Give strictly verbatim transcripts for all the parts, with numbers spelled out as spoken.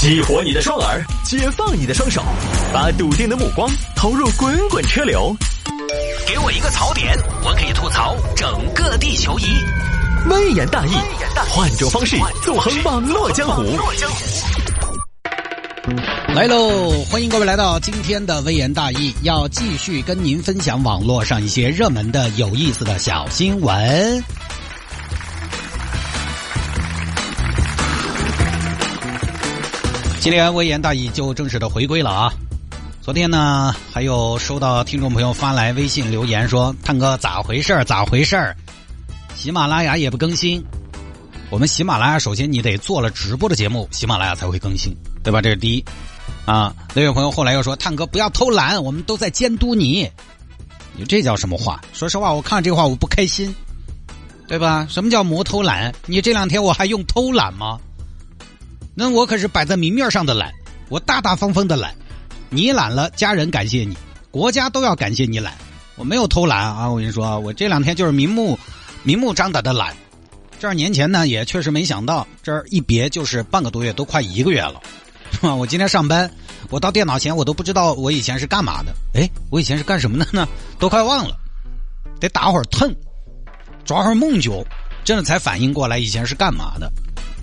激活你的双耳，解放你的双手，把笃定的目光投入滚滚车流。给我一个槽点，我可以吐槽整个地球仪。微言大义，换种方式纵横网络江湖。 来喽，欢迎各位来到今天的微言大义，要继续跟您分享网络上一些热门的有意思的小新闻。今天微言大义就正式的回归了啊！昨天呢，还有收到听众朋友发来微信留言说：“探哥咋回事儿？咋回事儿？喜马拉雅也不更新。”我们喜马拉雅首先你得做了直播的节目，喜马拉雅才会更新，对吧？这是第一啊。那位朋友后来又说：“探哥不要偷懒，我们都在监督你。”你这叫什么话？说实话，我看这话我不开心，对吧？什么叫魔偷懒？你这两天我还用偷懒吗？那我可是摆在明面上的懒，我大大方方的懒。你懒了，家人感谢你，国家都要感谢你懒。我没有偷懒啊，我跟你说，我这两天就是明目明目张胆的懒。这二年前呢，也确实没想到，这儿一别就是半个多月，都快一个月了。我今天上班，我到电脑前，我都不知道我以前是干嘛的。哎，我以前是干什么的呢？都快忘了，得打会儿腾，抓会儿梦觉，真的才反应过来以前是干嘛的。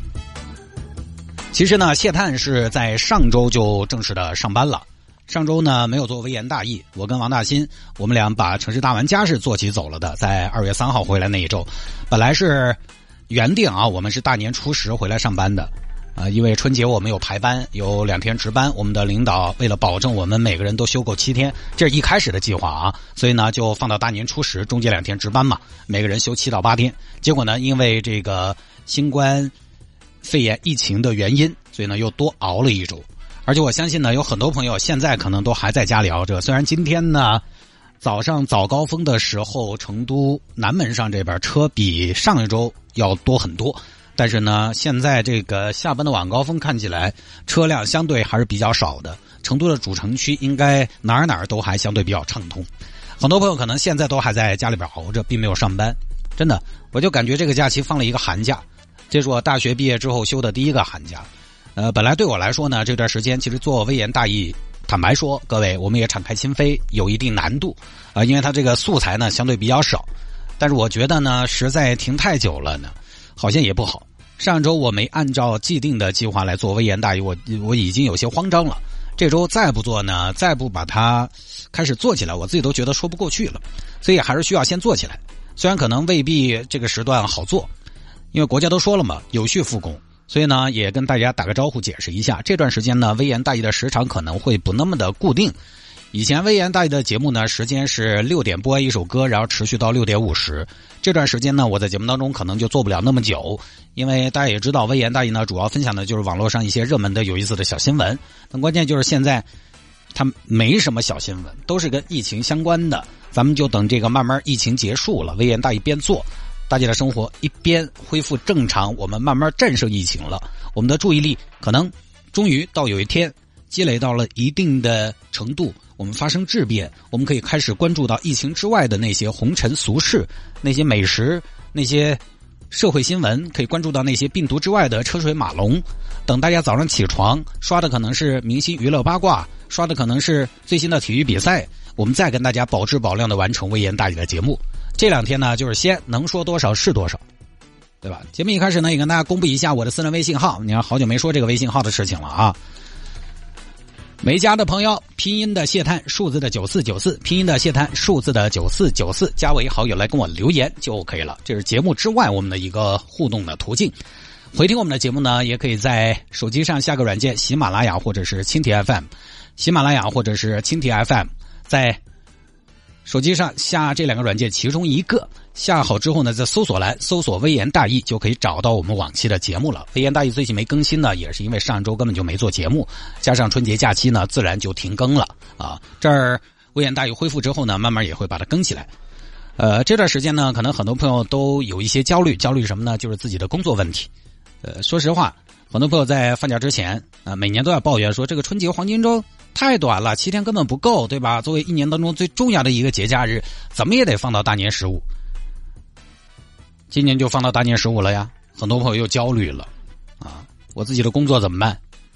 其实呢，谢探是在上周就正式的上班了。上周呢没有做微言大义，我跟王大新我们俩把城市大玩家是做起走了的，在二月三号回来那一周，本来是原定啊，我们是大年初十回来上班的，啊、呃，因为春节我们有排班，有两天值班，我们的领导为了保证我们每个人都休够七天，这是一开始的计划啊，所以呢就放到大年初十，中间两天值班嘛，每个人休七到八天。结果呢，因为这个新冠肺炎疫情的原因，所以呢又多熬了一周。而且我相信呢，有很多朋友现在可能都还在家里熬着。虽然今天呢早上早高峰的时候，成都南门上这边车比上一周要多很多，但是呢现在这个下班的晚高峰看起来车辆相对还是比较少的。成都的主城区应该哪儿哪儿都还相对比较畅通。很多朋友可能现在都还在家里边熬着，并没有上班。真的，我就感觉这个假期放了一个寒假，这是我大学毕业之后休的第一个寒假。呃，本来对我来说呢，这段时间其实做微言大义，坦白说，各位我们也敞开心扉，有一定难度啊、呃，因为它这个素材呢相对比较少。但是我觉得呢，实在停太久了呢，好像也不好。上周我没按照既定的计划来做微言大义，我我已经有些慌张了。这周再不做呢，再不把它开始做起来，我自己都觉得说不过去了。所以还是需要先做起来。虽然可能未必这个时段好做，因为国家都说了嘛，有序复工。所以呢，也跟大家打个招呼，解释一下，这段时间呢，微言大义的时长可能会不那么的固定。以前微言大义的节目呢，时间是六点播完一首歌，然后持续到六点五十。这段时间呢，我在节目当中可能就做不了那么久，因为大家也知道，微言大义呢，主要分享的就是网络上一些热门的有意思的小新闻。但关键就是现在它没什么小新闻，都是跟疫情相关的。咱们就等这个慢慢疫情结束了，微言大义边做。大家的生活一边恢复正常，我们慢慢战胜疫情了，我们的注意力可能终于到有一天积累到了一定的程度，我们发生质变，我们可以开始关注到疫情之外的那些红尘俗事，那些美食，那些社会新闻，可以关注到那些病毒之外的车水马龙。等大家早上起床刷的可能是明星娱乐八卦，刷的可能是最新的体育比赛，我们再跟大家保质保量的完成微言大义的节目。这两天呢，就是先能说多少是多少，对吧？节目一开始呢，也跟大家公布一下我的私人微信号。你看，好久没说这个微信号的事情了啊。没加的朋友，拼音的谢探，数字的九四九四，拼音的谢探，数字的九四九四，加为好友来跟我留言就可以了。这是节目之外我们的一个互动的途径。回听我们的节目呢，也可以在手机上下个软件，喜马拉雅或者是蜻蜓 F M， 喜马拉雅或者是蜻蜓 F M， 在手机上下这两个软件其中一个，下好之后呢，在搜索栏搜索微言大义就可以找到我们往期的节目了。微言大义最近没更新呢，也是因为上周根本就没做节目，加上春节假期呢，自然就停更了啊。这儿微言大义恢复之后呢，慢慢也会把它更起来。呃，这段时间呢，可能很多朋友都有一些焦虑，焦虑什么呢？就是自己的工作问题。呃，说实话，很多朋友在放假之前啊、呃，每年都要抱怨说这个春节黄金周太短了，七天根本不够，对吧？作为一年当中最重要的一个节假日，怎么也得放到大年十五。今年就放到大年十五了呀，很多朋友又焦虑了啊！我自己的工作怎么办？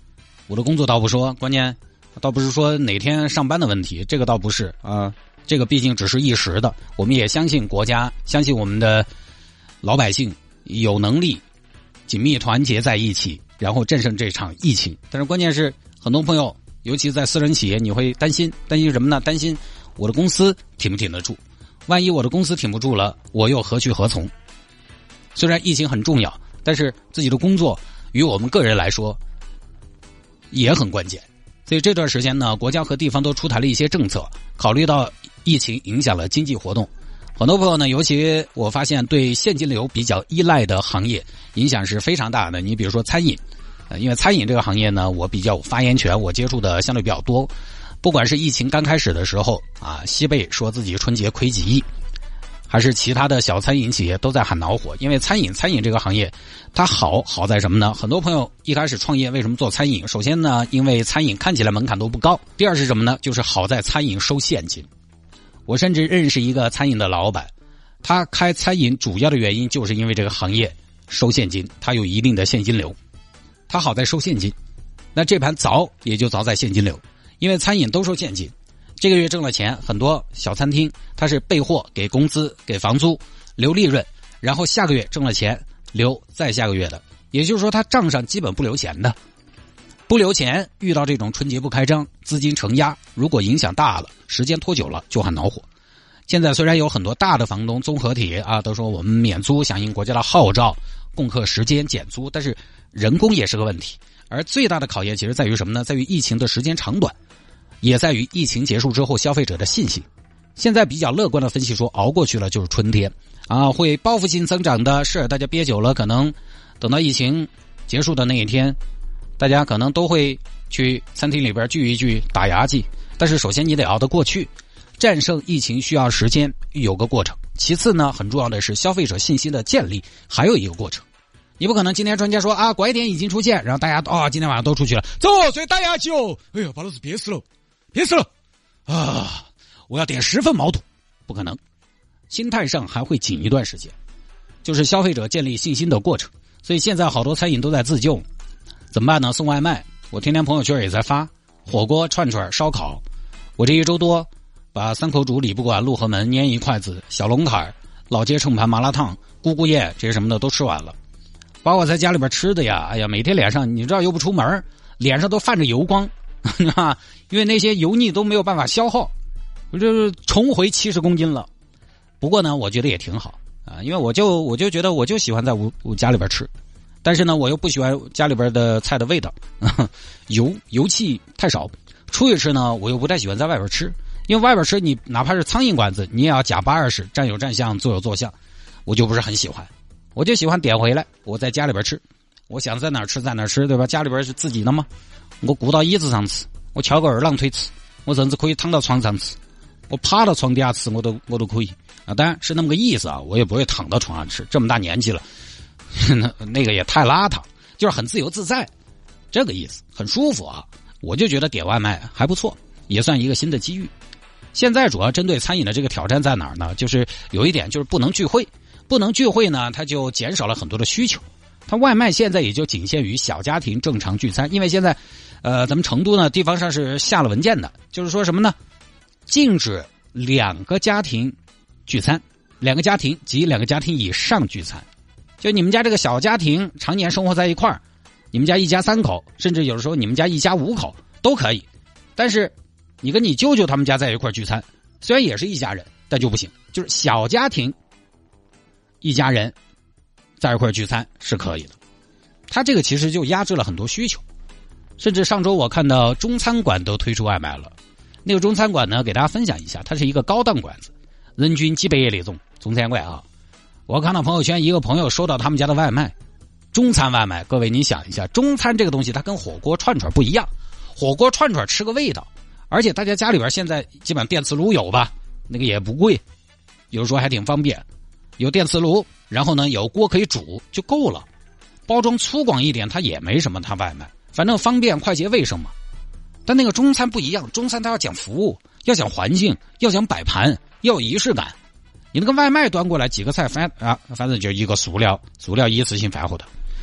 我的工作倒不说，关键倒不是说哪天上班的问题，这个倒不是啊，这个毕竟只是一时的。我们也相信国家，相信我们的老百姓有能力紧密团结在一起，然后战胜这场疫情。但是关键是很多朋友，尤其在私人企业，你会担心担心什么呢？担心我的公司挺不挺得住，万一我的公司挺不住了，我又何去何从？虽然疫情很重要，但是自己的工作于我们个人来说也很关键。所以这段时间呢，国家和地方都出台了一些政策，考虑到疫情影响了经济活动，很多朋友呢，尤其我发现对现金流比较依赖的行业影响是非常大的。你比如说餐饮，呃，因为餐饮这个行业呢，我比较有发言权，我接触的相对比较多。不管是疫情刚开始的时候啊，西贝说自己春节亏几亿，还是其他的小餐饮企业都在喊恼火。因为餐饮餐饮这个行业它好好在什么呢？很多朋友一开始创业为什么做餐饮？首先呢，因为餐饮看起来门槛都不高。第二是什么呢？就是好在餐饮收现金。我甚至认识一个餐饮的老板，他开餐饮主要的原因就是因为这个行业收现金，他有一定的现金流，他好在收现金。那这盘凿也就凿在现金流，因为餐饮都收现金，这个月挣了钱，很多小餐厅它是备货给工资给房租留利润，然后下个月挣了钱留再下个月的，也就是说他账上基本不留钱的。不留钱，遇到这种春节不开张，资金承压，如果影响大了，时间拖久了就很恼火。现在虽然有很多大的房东综合体啊都说我们免租，响应国家的号召，共克时间减租，但是人工也是个问题。而最大的考验其实在于什么呢？在于疫情的时间长短，也在于疫情结束之后消费者的信心。现在比较乐观的分析说，熬过去了就是春天啊，会报复性增长的，是大家憋久了，可能等到疫情结束的那一天，大家可能都会去餐厅里边聚一聚打牙祭。但是首先你得熬得过去，战胜疫情需要时间，有个过程。其次呢，很重要的是消费者信心的建立，还有一个过程。你不可能今天专家说啊，拐点已经出现，然后大家啊、哦、今天晚上都出去了，走，所以打牙祭哦，哎呀，把老子憋死了，憋死了啊！我要点十份毛肚，不可能，心态上还会紧一段时间，就是消费者建立信心的过程。所以现在好多餐饮都在自救，怎么办呢？送外卖，我天天朋友圈也在发火锅、串串、烧烤。我这一周多把三口煮、李不管、陆河门、拈一筷子、小龙坎、老街盛盘、麻辣烫、咕咕宴这些什么的都吃完了。把我在家里边吃的呀，哎呀，每天脸上你知道又不出门，脸上都泛着油光啊，因为那些油腻都没有办法消耗，我就重回七十公斤了。不过呢，我觉得也挺好啊，因为我就我就觉得我就喜欢在我我家里边吃，但是呢，我又不喜欢家里边的菜的味道，油油气太少。出去吃呢，我又不太喜欢在外边吃，因为外边吃你哪怕是苍蝇馆子，你也要假巴二十，站有站相，坐有坐相，我就不是很喜欢。我就喜欢点回来，我在家里边吃，我想在哪儿吃在哪儿吃，对吧？家里边是自己的吗？我鼓到椅子上吃，我翘个二郎腿吃，我甚至可以躺到床上吃，我趴到床底下吃，我都我都可以啊。当然是那么个意思啊，我也不会躺到床上吃，这么大年纪了，那那个也太邋遢，就是很自由自在，这个意思，很舒服啊。我就觉得点外卖还不错，也算一个新的机遇。现在主要针对餐饮的这个挑战在哪儿呢？就是有一点就是不能聚会。不能聚会呢，它就减少了很多的需求。它外卖现在也就仅限于小家庭正常聚餐，因为现在，呃，咱们成都呢地方上是下了文件的，就是说什么呢？禁止两个家庭聚餐，两个家庭及两个家庭以上聚餐。就你们家这个小家庭常年生活在一块儿，你们家一家三口，甚至有的时候你们家一家五口都可以，但是你跟你舅舅他们家在一块儿聚餐，虽然也是一家人，但就不行，就是小家庭。一家人在一块聚餐是可以的，他这个其实就压制了很多需求。甚至上周我看到中餐馆都推出外卖了，那个中餐馆呢，给大家分享一下，它是一个高档馆子，人均几百页那种中餐馆啊。我看到朋友圈一个朋友收到他们家的外卖，中餐外卖，各位你想一下，中餐这个东西它跟火锅串串不一样，火锅串串吃个味道，而且大家家里边现在基本上电磁炉有吧，那个也不贵，有时候还挺方便。有电磁炉，然后呢有锅可以煮就够了，包装粗犷一点它也没什么，它外卖反正方便快捷卫生嘛。但那个中餐不一样，中餐它要讲服务，要讲环境，要讲摆盘，要有仪式感。你那个外卖端过来几个菜反啊，反正就一个塑料塑料一次性饭盒头，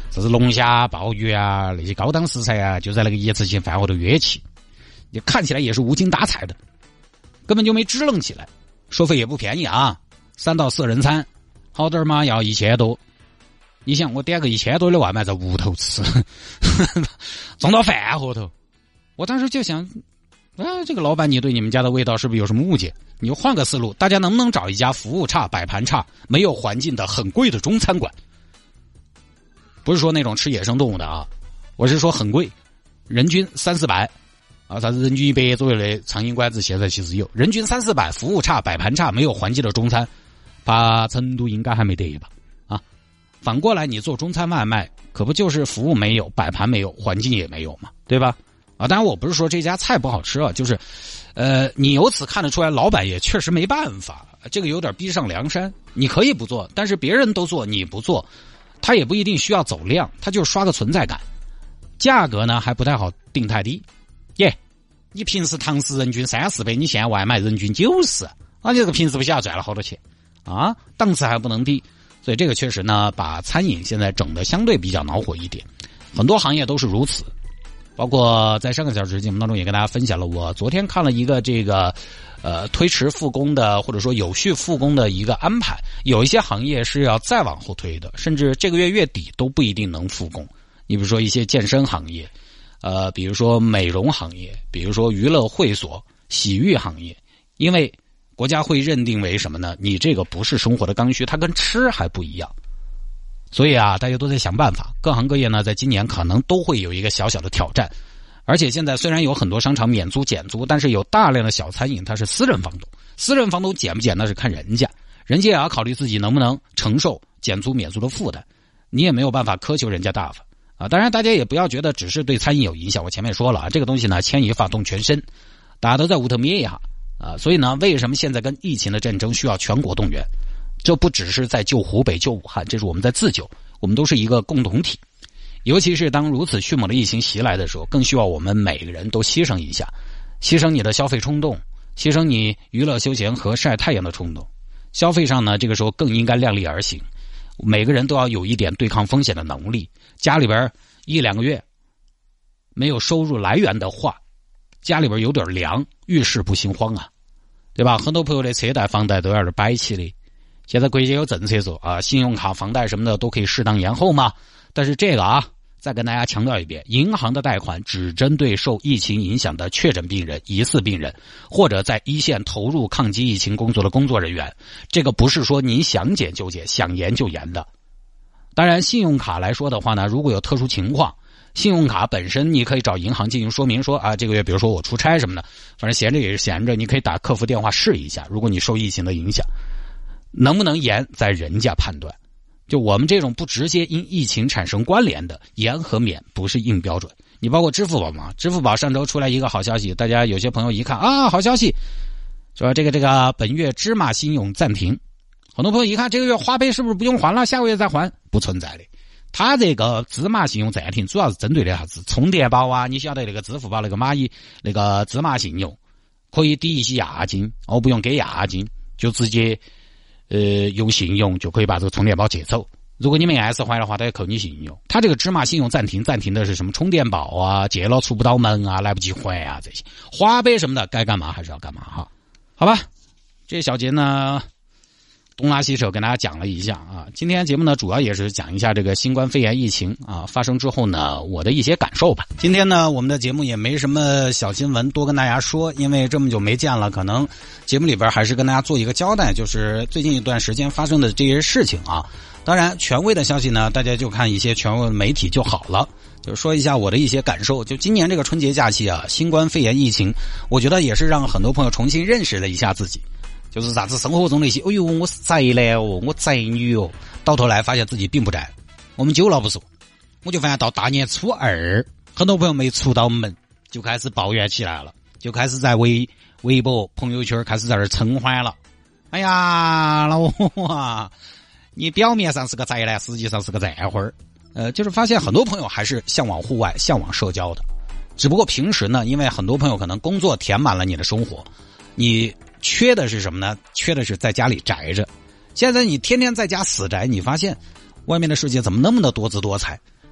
这是龙虾、鲍鱼啊那些高档食材啊，就在那个一次性饭后头约起，你看起来也是无精打采的，根本就没支棱起来。收费也不便宜啊，三到四人餐，好点嘛要一千多。你想我点个一千多的外卖在屋头吃，装到饭后头，我当时就想，啊，这个老板你对你们家的味道是不是有什么误解？你就换个思路，大家能不能找一家服务差、摆盘差、没有环境的很贵的中餐馆？不是说那种吃野生动物的啊，我是说很贵，人均三四百啊，它是人均一百左右的苍蝇馆子，现在其实有人均三四百，服务差、摆盘差、没有环境的中餐，怕成都应该还没得吧？啊，反过来你做中餐外卖，可不就是服务没有、摆盘没有、环境也没有嘛，对吧？啊，当然我不是说这家菜不好吃啊，就是，呃，你由此看得出来，老板也确实没办法，这个有点逼上梁山。你可以不做，但是别人都做，你不做，他也不一定需要走量，他就是刷个存在感。价格呢还不太好定太低，耶，你平时堂食人均三四百，你现在外卖人均九十，啊，你这个平时不晓得赚了好多钱啊，档次还不能低，所以这个确实呢，把餐饮现在整得相对比较恼火一点，很多行业都是如此。包括在上个小时节目当中也跟大家分享了，我昨天看了一个这个呃推迟复工的或者说有序复工的一个安排，有一些行业是要再往后推的，甚至这个月月底都不一定能复工。你比如说一些健身行业，呃，比如说美容行业，比如说娱乐会所、洗浴行业，因为国家会认定为什么呢？你这个不是生活的刚需，它跟吃还不一样。所以啊，大家都在想办法，各行各业呢，在今年可能都会有一个小小的挑战。而且现在虽然有很多商场免租减租，但是有大量的小餐饮它是私人房东，私人房东减不减那是看人家，人家也要考虑自己能不能承受减租免租的负担，你也没有办法苛求人家大方啊。当然大家也不要觉得只是对餐饮有影响，我前面说了啊，这个东西呢牵一发动全身，大家都在屋头憋一下啊。所以呢，为什么现在跟疫情的战争需要全国动员？这不只是在救湖北、救武汉，这是我们在自救，我们都是一个共同体。尤其是当如此迅猛的疫情袭来的时候，更需要我们每个人都牺牲一下，牺牲你的消费冲动，牺牲你娱乐休闲和晒太阳的冲动。消费上呢，这个时候更应该量力而行，每个人都要有一点对抗风险的能力。家里边一两个月没有收入来源的话，家里边有点粮，遇事不心慌啊，对吧？很多朋友的车贷、房贷都要是摆起的。现在国家有政策说啊，信用卡、房贷什么的都可以适当延后嘛。但是这个啊，再跟大家强调一遍，银行的贷款只针对受疫情影响的确诊病人、疑似病人，或者在一线投入抗击疫情工作的工作人员。这个不是说您想减就减、想延就延的。当然，信用卡来说的话呢，如果有特殊情况，信用卡本身你可以找银行进行说明说啊，这个月比如说我出差什么的，反正闲着也是闲着，你可以打客服电话试一下。如果你受疫情的影响，能不能延在人家判断。就我们这种不直接因疫情产生关联的延和免不是硬标准。你包括支付宝嘛，支付宝上周出来一个好消息，大家有些朋友一看啊，好消息，说这个这个本月芝麻信用暂停。很多朋友一看这个月花呗是不是不用还了，下个月再还？不存在的。它这个芝麻信用暂停主要是针对的啥子充电宝啊，你晓得那个支付宝那个蚂蚁那个芝麻信用可以抵一些押金，哦，不用给押金，就直接呃，用信用就可以把这个充电宝借走。如果你没按时还的话，它要扣你信用。它这个芝麻信用暂停，暂停的是什么？充电宝啊，借了出不到门啊，来不及还啊，这些花呗什么的，该干嘛还是要干嘛哈。好吧，这小节呢，东拉西扯跟大家讲了一下啊。今天节目呢，主要也是讲一下这个新冠肺炎疫情啊发生之后呢，我的一些感受吧。今天呢，我们的节目也没什么小新闻多跟大家说，因为这么久没见了，可能节目里边还是跟大家做一个交代，就是最近一段时间发生的这些事情啊。当然，权威的消息呢，大家就看一些权威媒体就好了。就说一下我的一些感受。就今年这个春节假期啊，新冠肺炎疫情，我觉得也是让很多朋友重新认识了一下自己。就是啥子生活中的一些，哎呦，我是宅男哦，我宅女哦，到头来发现自己并不宅。我们久了不说，我就发现到大年初二，很多朋友没出到门，就开始抱怨起来了，就开始在微微博、朋友圈开始在这称欢了。哎呀，老王啊，你表面上是个宅男，实际上是个宅花儿。呃，就是发现很多朋友还是向往户外、向往社交的，只不过平时呢，因为很多朋友可能工作填满了你的生活，你缺的是什么呢？缺的是在家里宅着。现在你天天在家死宅，你发现外面的世界怎么那么的多姿多彩？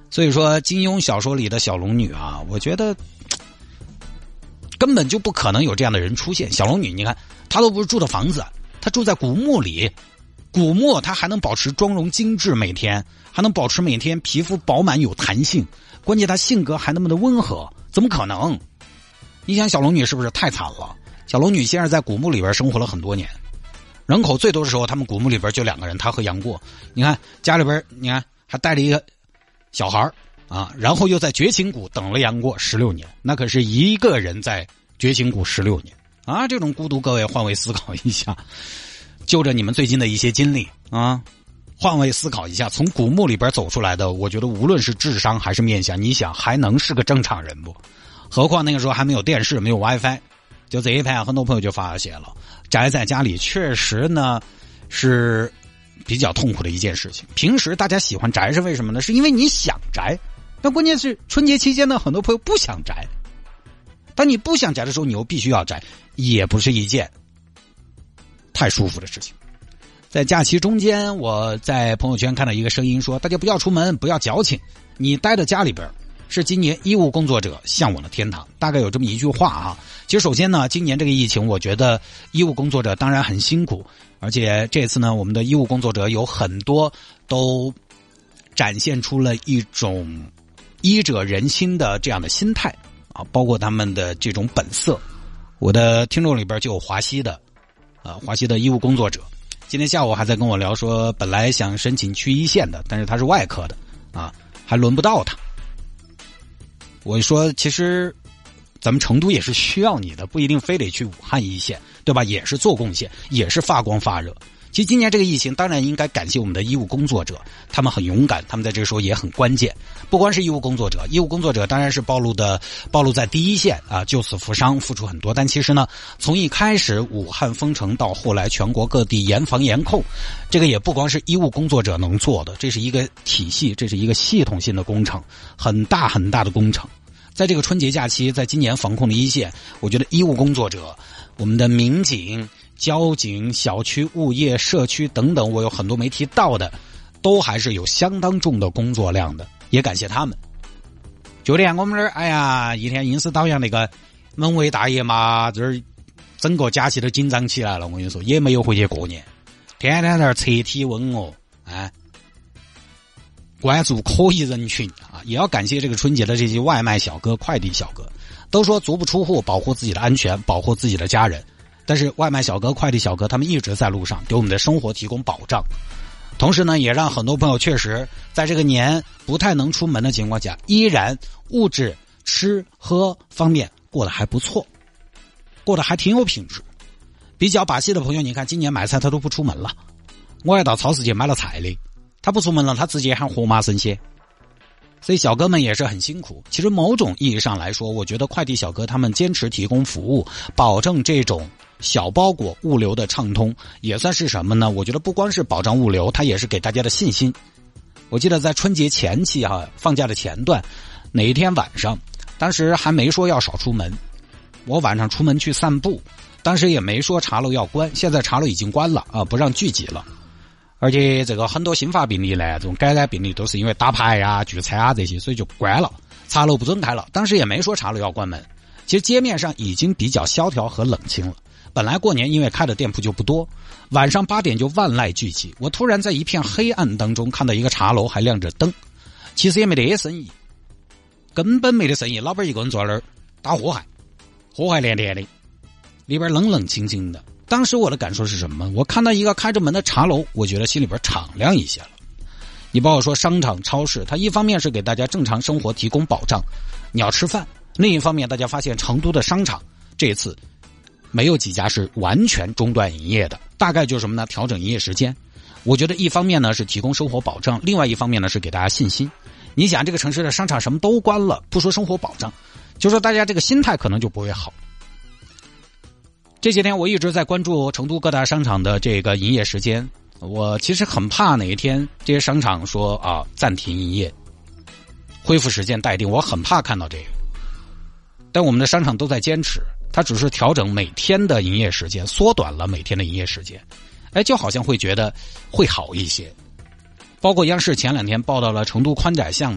所以说金庸小说里的小龙女啊，我觉得根本就不可能有这样的人出现。小龙女你看她都不是住的房子，她住在古墓里，古墓她还能保持妆容精致，每天还能保持每天皮肤饱满有弹性，关键她性格还那么的温和，怎么可能？你想小龙女是不是太惨了？小龙女先是在古墓里边生活了很多年，人口最多的时候他们古墓里边就两个人，她和杨过。你看家里边你看还带了一个小孩啊，然后又在绝情谷等了杨过十六年，那可是一个人在绝情谷十六年啊！这种孤独，各位换位思考一下，就着你们最近的一些经历啊，换位思考一下，从古墓里边走出来的，我觉得无论是智商还是面相，你想还能是个正常人不？何况那个时候还没有电视，没有 WiFi， 就这一排很多朋友就发现了，宅在家里确实呢是比较痛苦的一件事情。平时大家喜欢宅是为什么呢？是因为你想宅，但关键是春节期间呢，很多朋友不想宅。当你不想宅的时候，你又必须要宅，也不是一件太舒服的事情。在假期中间，我在朋友圈看到一个声音说，大家不要出门，不要矫情，你待在家里边是今年医务工作者向往的天堂，大概有这么一句话啊。其实首先呢，今年这个疫情，我觉得医务工作者当然很辛苦，而且这次呢，我们的医务工作者有很多都展现出了一种医者仁心的这样的心态啊，包括他们的这种本色。我的听众里边就有华西的呃，华西的医务工作者，今天下午还在跟我聊说，本来想申请去一线的，但是他是外科的啊，还轮不到他。我说其实咱们成都也是需要你的，不一定非得去武汉一线，对吧？也是做贡献，也是发光发热。其实今年这个疫情当然应该感谢我们的医务工作者，他们很勇敢，他们在这个时候也很关键。不光是医务工作者，医务工作者当然是暴露的暴露在第一线啊，救死扶伤付出很多。但其实呢，从一开始武汉封城到后来全国各地严防严控，这个也不光是医务工作者能做的，这是一个体系，这是一个系统性的工程，很大很大的工程。在这个春节假期，在今年防控的一线，我觉得医务工作者，我们的民警、交警、小区物业、社区等等，我有很多没提到的，都还是有相当重的工作量的，也感谢他们。就连我们这儿，哎呀，一天阴司导阳那个门卫大爷嘛，这儿整个假期都紧张起来了。我跟你说，也没有回去过年，天天在那儿测体温哦，哎。关注可疑人群啊，也要感谢这个春节的这些外卖小哥、快递小哥，都说足不出户，保护自己的安全，保护自己的家人。但是外卖小哥、快递小哥他们一直在路上，给我们的生活提供保障。同时呢，也让很多朋友确实在这个年不太能出门的情况下，依然物质吃喝方面过得还不错，过得还挺有品质。比较把戏的朋友，你看今年买菜他都不出门了，我也到超市去买了菜的。他不出门了，他直接喊活马生鲜，所以小哥们也是很辛苦。其实某种意义上来说，我觉得快递小哥他们坚持提供服务，保证这种小包裹物流的畅通，也算是什么呢？我觉得不光是保障物流，它也是给大家的信心。我记得在春节前期哈、啊，放假的前段，哪一天晚上，当时还没说要少出门，我晚上出门去散步，当时也没说茶楼要关，现在茶楼已经关了啊，不让聚集了。而且这个很多新发病例呢，这种感染病例都是因为打牌啊、聚餐啊这些，所以就关了，茶楼不准开了。当时也没说茶楼要关门，其实街面上已经比较萧条和冷清了。本来过年因为开的店铺就不多，晚上八点就万籁俱寂。我突然在一片黑暗当中看到一个茶楼还亮着灯，其实也没得生意，根本没得生意，老板一个人坐那儿打火海，火海连连的，里边冷冷清清的。当时我的感受是什么？我看到一个开着门的茶楼，我觉得心里边敞亮一些了。你包括说商场、超市，它一方面是给大家正常生活提供保障，你要吃饭；另一方面，大家发现成都的商场这一次没有几家是完全中断营业的，大概就是什么呢？调整营业时间。我觉得一方面呢是提供生活保障，另外一方面呢是给大家信心。你想这个城市的商场什么都关了，不说生活保障，就说大家这个心态可能就不会好。这几天我一直在关注成都各大商场的这个营业时间，我其实很怕哪一天这些商场说啊暂停营业，恢复时间待定，我很怕看到这个。但我们的商场都在坚持，它只是调整每天的营业时间，缩短了每天的营业时间，哎，就好像会觉得会好一些。包括央视前两天报道了成都宽窄巷子，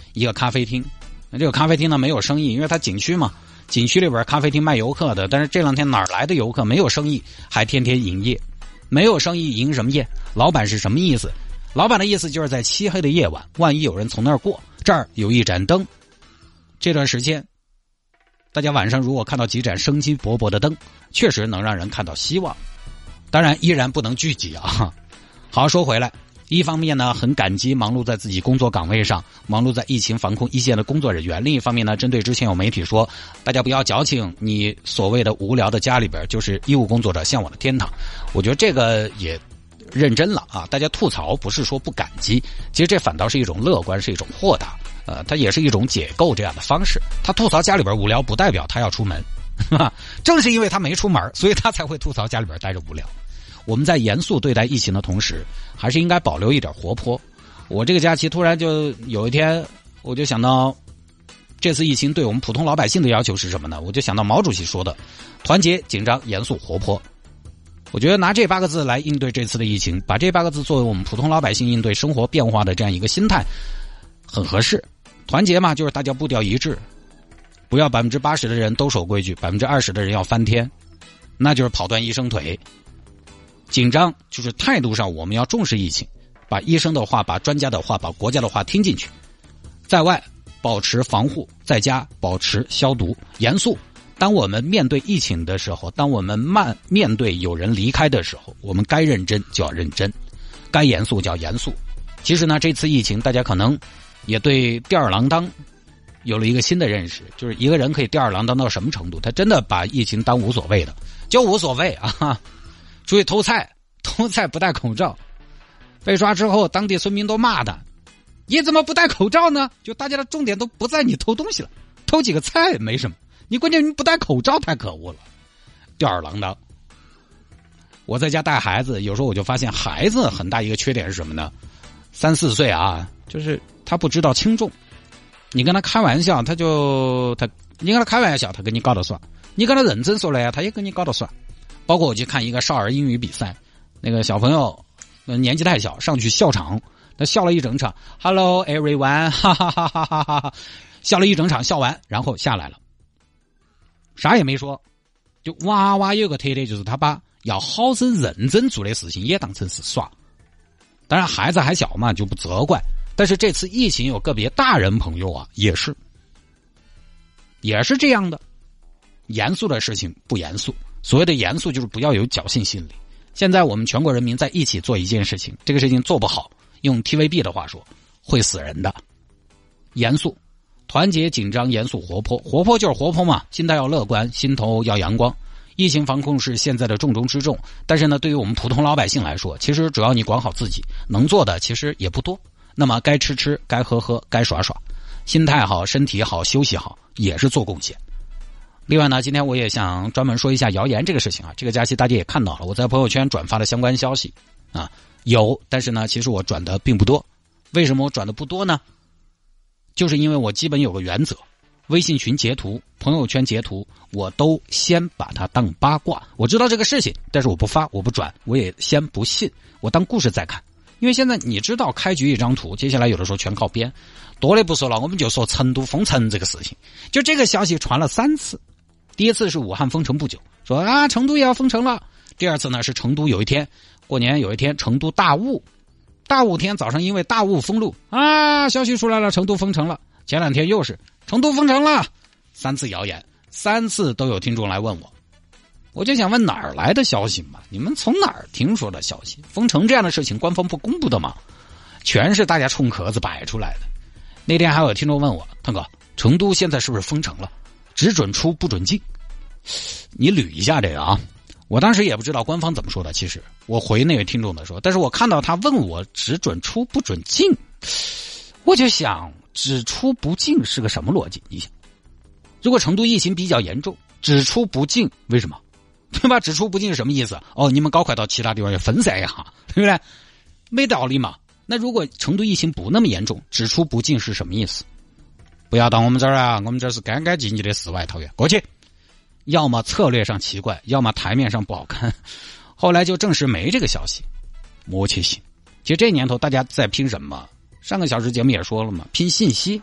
一个咖啡厅。那这个咖啡厅呢没有生意，因为它景区嘛，景区里边咖啡厅卖游客的，但是这两天哪儿来的游客？没有生意，还天天营业，没有生意营什么业？老板是什么意思？老板的意思就是在漆黑的夜晚，万一有人从那儿过，这儿有一盏灯。这段时间，大家晚上如果看到几盏生机勃勃的灯，确实能让人看到希望。当然，依然不能聚集啊。好，说回来。一方面呢，很感激忙碌在自己工作岗位上、忙碌在疫情防控一线的工作人员；另一方面呢，针对之前有媒体说，大家不要矫情，你所谓的无聊的家里边就是医务工作者向往的天堂。我觉得这个也认真了啊！大家吐槽不是说不感激，其实这反倒是一种乐观，是一种豁达，呃，它也是一种解构这样的方式。他吐槽家里边无聊，不代表他要出门，正是因为他没出门，所以他才会吐槽家里边待着无聊。我们在严肃对待疫情的同时，还是应该保留一点活泼。我这个假期突然就有一天，我就想到，这次疫情对我们普通老百姓的要求是什么呢？我就想到毛主席说的：团结、紧张、严肃、活泼。我觉得拿这八个字来应对这次的疫情，把这八个字作为我们普通老百姓应对生活变化的这样一个心态，很合适。团结嘛，就是大家步调一致，不要百分之八十的人都守规矩，百分之二十的人要翻天，那就是跑断医生腿。紧张就是态度上我们要重视疫情，把医生的话、把专家的话、把国家的话听进去。在外保持防护，在家保持消毒。严肃，当我们面对疫情的时候，当我们慢面对有人离开的时候，我们该认真就要认真，该严肃就要严肃。其实呢，这次疫情大家可能也对吊儿郎当有了一个新的认识，就是一个人可以吊儿郎当到什么程度？他真的把疫情当无所谓的，就无所谓啊！出去偷菜，偷菜不戴口罩，被抓之后，当地村民都骂他：“你怎么不戴口罩呢？”就大家的重点都不在你偷东西了，偷几个菜没什么，你关键你不戴口罩太可恶了，吊儿郎当。我在家带孩子，有时候我就发现孩子很大一个缺点是什么呢？三四岁啊，就是他不知道轻重。你跟他开玩笑，他就他你跟他开玩笑，他跟你搞得算；你跟他认真说了，他也跟你搞得算。包括我去看一个少儿英语比赛，那个小朋友年纪太小，上去笑场，他笑了一整场 ，Hello everyone， 哈哈哈哈哈哈，笑了一整场，笑完然后下来了，啥也没说。就娃娃有个特点，就是他把要好生认真做的事情也当成是耍。当然孩子还小嘛，就不责怪。但是这次疫情有个别大人朋友啊，也是，也是这样的，严肃的事情不严肃。所谓的严肃就是不要有侥幸心理。现在我们全国人民在一起做一件事情，这个事情做不好，用 T V B 的话说，会死人的。严肃、团结、紧张、严肃、活泼。活泼就是活泼嘛，心态要乐观，心头要阳光。疫情防控是现在的重中之重，但是呢，对于我们普通老百姓来说，其实只要你管好自己，能做的其实也不多。那么该吃吃，该喝喝，该耍耍，心态好，身体好，休息好，也是做贡献。另外呢，今天我也想专门说一下谣言这个事情啊。这个假期大家也看到了，我在朋友圈转发了相关消息啊，有，但是呢，其实我转的并不多。为什么我转的不多呢？就是因为我基本有个原则，微信群截图、朋友圈截图，我都先把它当八卦。我知道这个事情，但是我不发，我不转，我也先不信，我当故事再看。因为现在你知道，开局一张图，接下来有的时候全靠编。多的不说了，我们就说成都封城这个事情，就这个消息传了三次。第一次是武汉封城不久，说啊成都也要封城了。第二次呢是成都有一天过年有一天成都大雾，大雾天早上因为大雾封路啊，消息出来了，成都封城了。前两天又是成都封城了，三次谣言，三次都有听众来问我，我就想问哪儿来的消息嘛？你们从哪儿听说的消息？封城这样的事情官方不公布的嘛？全是大家冲壳子摆出来的。那天还有听众问我，腾哥，成都现在是不是封城了？只准出不准进？你捋一下这个啊！我当时也不知道官方怎么说的，其实我回那个听众的说，但是我看到他问我只准出不准进，我就想只出不进是个什么逻辑？你想，如果成都疫情比较严重，只出不进，为什么？对吧？只出不进是什么意思？哦，你们赶快到其他地方也分散一下，对不对？没道理嘛。那如果成都疫情不那么严重，只出不进是什么意思？不要到我们这儿啊，我们这是干干净净的世外桃源，过去。要么策略上奇怪，要么台面上不好看。后来就证实没这个消息，默契性。其实这年头大家在拼什么？上个小时节目也说了嘛，拼信息。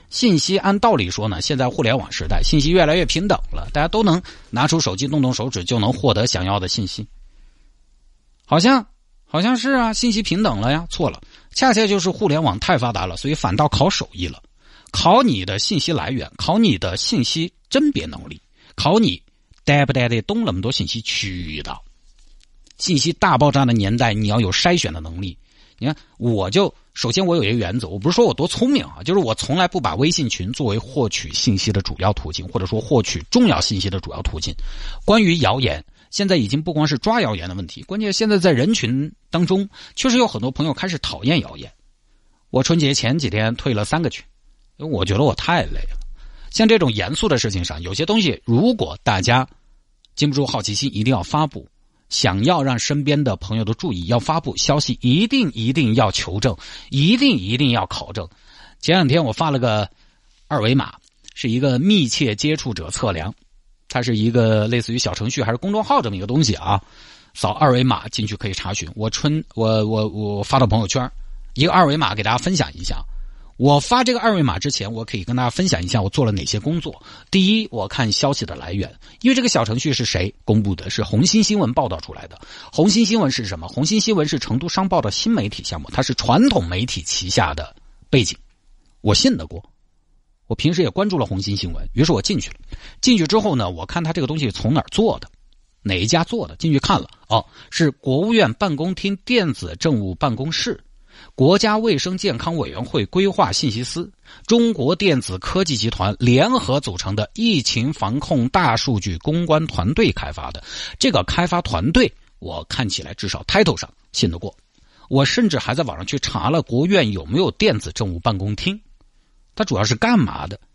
信息按道理说呢，现在互联网时代，信息越来越平等了，大家都能拿出手机动动手指就能获得想要的信息。好像好像是啊，信息平等了呀，错了，恰恰就是互联网太发达了，所以反倒考手艺了，考你的信息来源，考你的信息甄别能力，考你带不带得懂那么多信息渠道。信息大爆炸的年代，你要有筛选的能力。你看，我就首先我有一个原则，我不是说我多聪明啊，就是我从来不把微信群作为获取信息的主要途径，或者说获取重要信息的主要途径。关于谣言，现在已经不光是抓谣言的问题，关键现在在人群当中，确实有很多朋友开始讨厌谣言。我春节前几天退了三个群，因为我觉得我太累了。像这种严肃的事情上，有些东西如果大家禁不住好奇心，一定要发布。想要让身边的朋友的注意，要发布消息，一定一定要求证，一定一定要考证。前两天我发了个二维码，是一个密切接触者测量，它是一个类似于小程序还是公众号这么一个东西啊，扫二维码进去可以查询。我春我我我发到朋友圈，一个二维码给大家分享一下。我发这个二维码之前，我可以跟大家分享一下我做了哪些工作。第一，我看消息的来源，因为这个小程序是谁公布的？是红星新闻报道出来的。红星新闻是什么？红星新闻是成都商报的新媒体项目，它是传统媒体旗下的背景，我信得过。我平时也关注了红星新闻，于是我进去了。进去之后呢，我看他这个东西从哪儿做的，哪一家做的，进去看了，哦，是国务院办公厅电子政务办公室、国家卫生健康委员会规划信息司、中国电子科技集团联合组成的疫情防控大数据攻关团队开发的。这个开发团队我看起来至少 title 上信得过。我甚至还在网上去查了国务院有没有电子政务办公厅，它主要是干嘛的，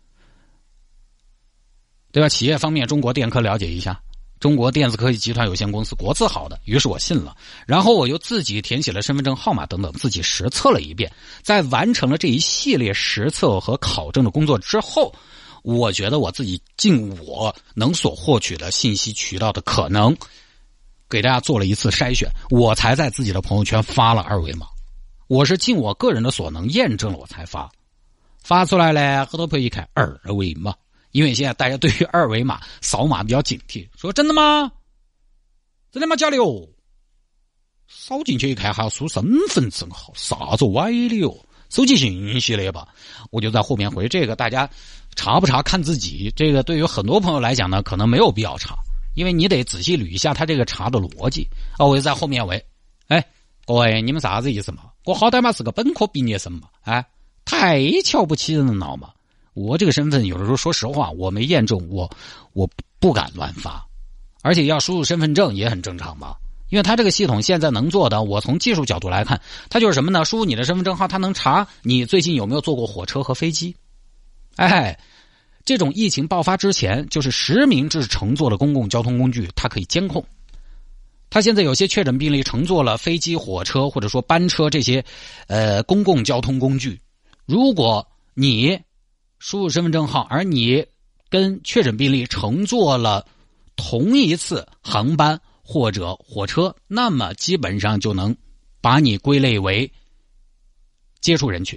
对吧？企业方面，中国电科了解一下，中国电子科技集团有限公司，国字好的，于是我信了。然后我又自己填写了身份证号码等等，自己实测了一遍。在完成了这一系列实测和考证的工作之后，我觉得我自己尽我能所获取的信息渠道的可能，给大家做了一次筛选，我才在自己的朋友圈发了二维码。我是尽我个人的所能验证了我才发。发出来了，很多朋友一看二维码，因为现在大家对于二维码扫码比较警惕，说真的吗？真的吗？假的哦？扫进去一看还要输身份证号，啥子歪的哦？收集信息了吧？我就在后面回这个，大家查不查看自己。这个对于很多朋友来讲呢，可能没有必要查，因为你得仔细捋一下他这个查的逻辑啊。我就在后面回，哎，各位你们啥子意思嘛？我好歹嘛是个本科毕业生嘛，哎。太瞧不起人了嘛！我这个身份有的时候说实话，我没验证，我我不敢乱发，而且要输入身份证也很正常嘛。因为它这个系统现在能做的，我从技术角度来看，它就是什么呢？输入你的身份证号，它能查你最近有没有坐过火车和飞机。哎，这种疫情爆发之前，就是实名制乘坐的公共交通工具，它可以监控。他现在有些确诊病例乘坐了飞机、火车或者说班车这些呃公共交通工具。如果你输入身份证号，而你跟确诊病例乘坐了同一次航班或者火车，那么基本上就能把你归类为接触人群。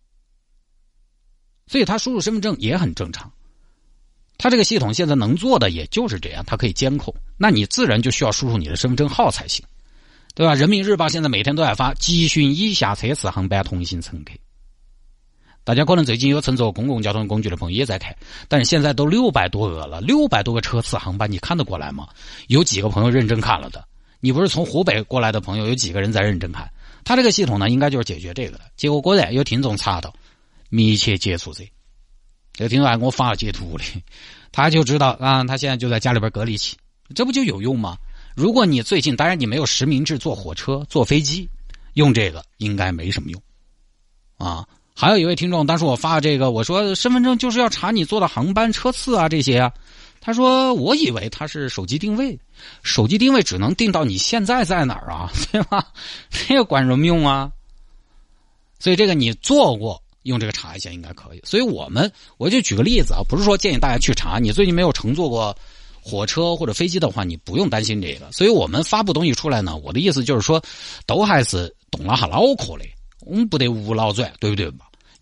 所以他输入身份证也很正常。他这个系统现在能做的也就是这样，它可以监控，那你自然就需要输入你的身份证号才行，对吧？人民日报现在每天都在发集训以下车次航班通行乘客。大家可能最近有乘坐公共交通工具的朋友也在看，但是现在都六百多个了，六百多个车次航班，你看得过来吗？有几个朋友认真看了的？你不是从湖北过来的朋友，有几个人在认真看？他这个系统呢，应该就是解决这个的。结果果然有听众查到密切接触者，这个听众还给我发了截图的，他就知道啊，他现在就在家里边隔离起，这不就有用吗？如果你最近，当然你没有实名制坐火车、坐飞机，用这个应该没什么用啊。还有一位听众，当时我发这个，我说身份证就是要查你坐的航班车次啊这些啊，他说我以为他是手机定位，手机定位只能定到你现在在哪儿啊，对吧？这个管什么用啊？所以这个你做过，用这个查一下应该可以。所以我们我就举个例子啊，不是说建议大家去查，你最近没有乘坐过火车或者飞机的话，你不用担心这个。所以我们发布东西出来呢，我的意思就是说，都还是动了下脑壳的。我们不得无脑转，对不对吧？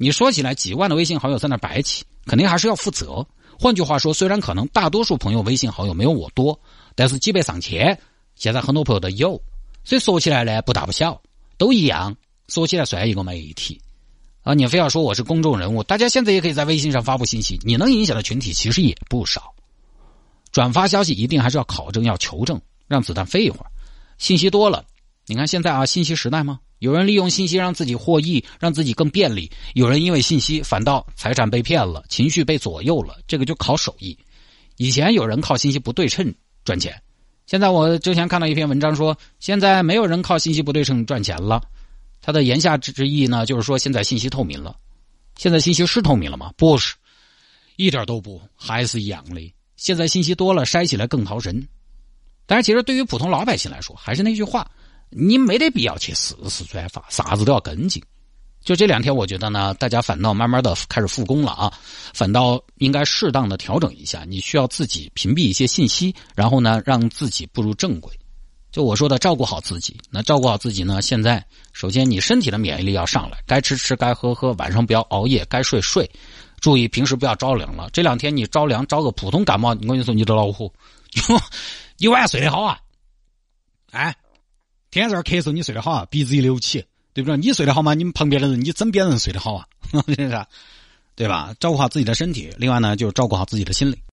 你说起来几万的微信好友在那摆起，肯定还是要负责。换句话说，虽然可能大多数朋友微信好友没有我多，但是几百上千，现在很多朋友都有。所以说起来呢，不大不小，都一样。说起来算一个媒体啊！你非要说我是公众人物，大家现在也可以在微信上发布信息，你能影响的群体其实也不少。转发消息一定还是要考证，要求证，让子弹飞一会儿。信息多了，你看现在啊，信息时代吗？有人利用信息让自己获益，让自己更便利；有人因为信息反倒财产被骗了，情绪被左右了，这个就考手艺。以前有人靠信息不对称赚钱，现在我之前看到一篇文章说，现在没有人靠信息不对称赚钱了。他的言下之意呢，就是说现在信息透明了。现在信息是透明了吗？不是，一点都不，还是一样的。现在信息多了，筛起来更掏神。但是其实对于普通老百姓来说，还是那句话，你没得必要去事事转发，啥子都要跟进。就这两天我觉得呢，大家反倒慢慢的开始复工了啊，反倒应该适当的调整一下，你需要自己屏蔽一些信息，然后呢让自己步入正轨。就我说的照顾好自己，那照顾好自己呢，现在首先你身体的免疫力要上来，该吃吃该喝喝，晚上不要熬夜，该睡睡，注意平时不要着凉了。这两天你着凉着个普通感冒，我跟你说你的老虎一晚上睡得好啊，哎，天在这咳嗽你睡得好啊，鼻子一流起，对不对？你睡得好吗？你们旁边的人，你枕边人睡得好啊，是不是？对吧？照顾好自己的身体，另外呢就是照顾好自己的心理。